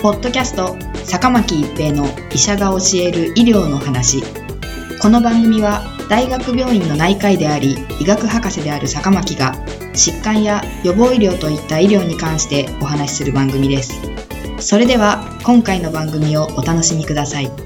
ポッドキャスト坂巻一平の医者が教える医療の話。この番組は大学病院の内科医であり医学博士である坂巻が疾患や予防医療といった医療に関してお話しする番組です。それでは今回の番組をお楽しみください。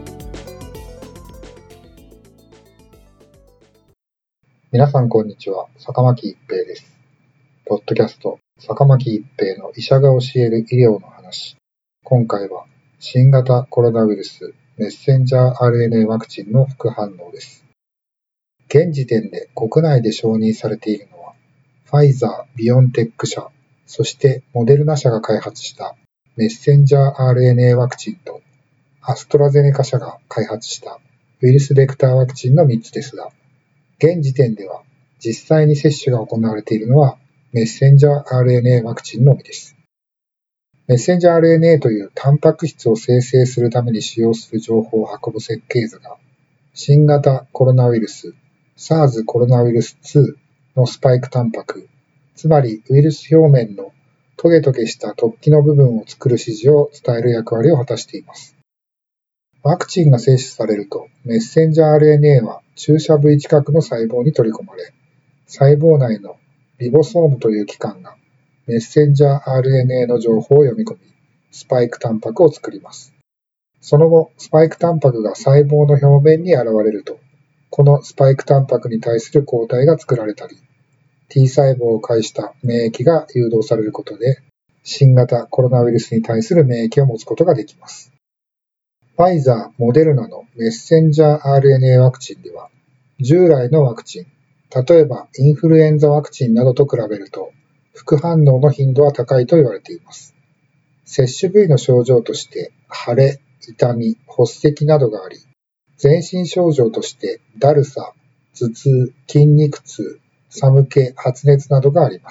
皆さんこんにちは、坂巻一平です。ポッドキャスト坂巻一平の医者が教える医療の話。今回は新型コロナウイルスメッセンジャー RNA ワクチンの副反応です。現時点で国内で承認されているのはファイザー・ビオンテック社、そしてモデルナ社が開発したメッセンジャー RNA ワクチンとアストラゼネカ社が開発したウイルスベクターワクチンの3つですが、現時点では実際に接種が行われているのはメッセンジャー RNA ワクチンのみです。メッセンジャー RNA というタンパク質を生成するために使用する情報を運ぶ設計図が新型コロナウイルス SARS コロナウイルス2のスパイクタンパク、つまりウイルス表面のトゲトゲした突起の部分を作る指示を伝える役割を果たしています。ワクチンが接種されるとメッセンジャー RNA は注射部位近くの細胞に取り込まれ、細胞内のリボソームという器官がメッセンジャー RNA の情報を読み込み、スパイクタンパクを作ります。その後、スパイクタンパクが細胞の表面に現れると、このスパイクタンパクに対する抗体が作られたり、T 細胞を介した免疫が誘導されることで、新型コロナウイルスに対する免疫を持つことができます。ファイザー、モデルナのメッセンジャー RNA ワクチンでは、従来のワクチン、例えばインフルエンザワクチンなどと比べると、副反応の頻度は高いと言われています。接種部位の症状として、腫れ、痛み、発赤などがあり、全身症状としてだるさ、頭痛、筋肉痛、寒気、発熱などがあります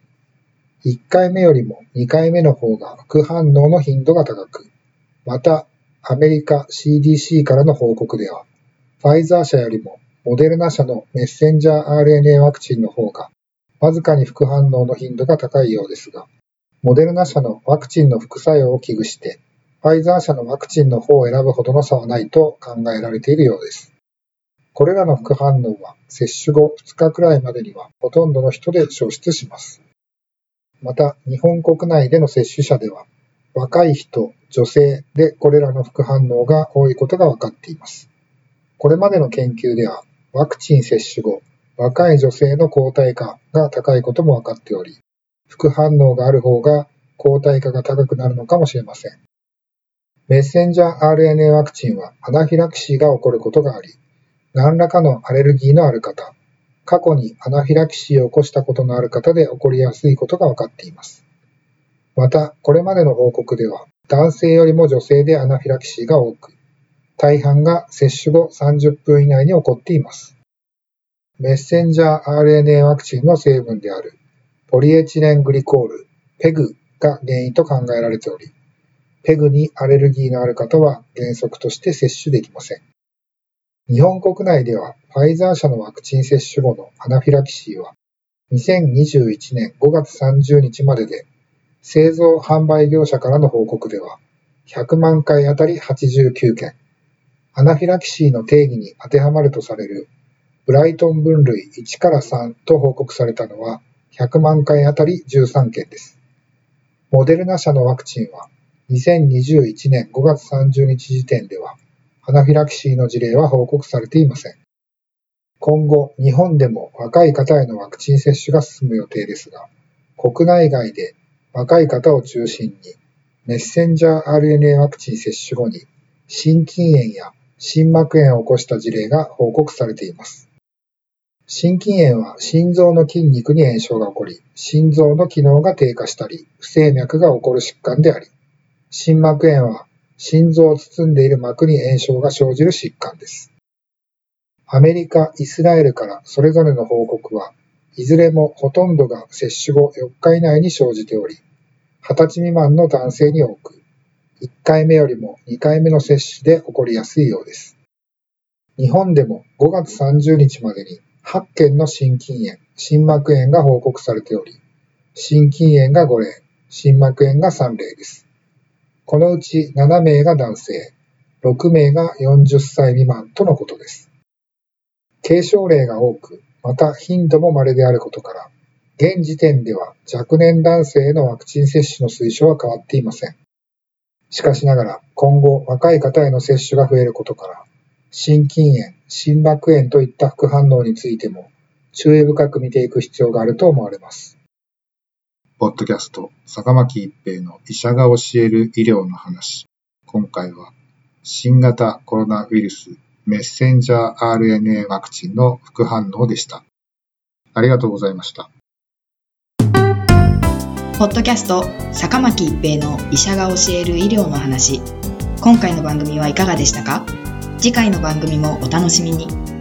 。1回目よりも2回目の方が副反応の頻度が高く、また、アメリカ CDC からの報告では、ファイザー社よりもモデルナ社のメッセンジャー RNA ワクチンの方が、わずかに副反応の頻度が高いようですが、モデルナ社のワクチンの副作用を危惧して、ファイザー社のワクチンの方を選ぶほどの差はないと考えられているようです。これらの副反応は接種後2日くらいまでにはほとんどの人で消失します。また、日本国内での接種者では、若い人、女性でこれらの副反応が多いことが分かっています。これまでの研究では、ワクチン接種後、若い女性の抗体価が高いことも分かっており、副反応がある方が抗体価が高くなるのかもしれません。メッセンジャー RNA ワクチンはアナフィラキシーが起こることがあり、何らかのアレルギーのある方、過去にアナフィラキシーを起こしたことのある方で起こりやすいことが分かっています。また、これまでの報告では、男性よりも女性でアナフィラキシーが多く、大半が接種後30分以内に起こっています。メッセンジャー RNA ワクチンの成分であるポリエチレングリコール、PEG が原因と考えられており、PEG にアレルギーのある方は原則として接種できません。日本国内では、ファイザー社のワクチン接種後のアナフィラキシーは、2021年5月30日までで、製造販売業者からの報告では、100万回あたり89件、アナフィラキシーの定義に当てはまるとされるブライトン分類1から3と報告されたのは100万回あたり13件です。モデルナ社のワクチンは2021年5月30日時点ではアナフィラキシーの事例は報告されていません。今後、日本でも若い方へのワクチン接種が進む予定ですが、国内外で若い方を中心にメッセンジャー RNA ワクチン接種後に心筋炎や心膜炎を起こした事例が報告されています。心筋炎は心臓の筋肉に炎症が起こり、心臓の機能が低下したり、不整脈が起こる疾患であり、心膜炎は心臓を包んでいる膜に炎症が生じる疾患です。アメリカ、イスラエルからそれぞれの報告はいずれもほとんどが接種後4日以内に生じており、20歳未満の男性に多く、1回目よりも2回目の接種で起こりやすいようです。日本でも5月30日までに8件の心筋炎、心膜炎が報告されており、心筋炎が5例、心膜炎が3例です。 このうち7名が男性、6名が40歳未満とのことです。軽症例が多く、また頻度も稀であることから、現時点では若年男性へのワクチン接種の推奨は変わっていません。しかしながら、今後若い方への接種が増えることから、心筋炎、心膜炎といった副反応についても注意深く見ていく必要があると思われます。ポッドキャスト、坂巻一平の医者が教える医療の話。今回は、新型コロナウイルスメッセンジャー RNA ワクチンの副反応でした。ありがとうございました。 ポッドキャスト、坂巻一平の医者が教える医療の話。今回の番組はいかがでしたか？次回の番組もお楽しみに。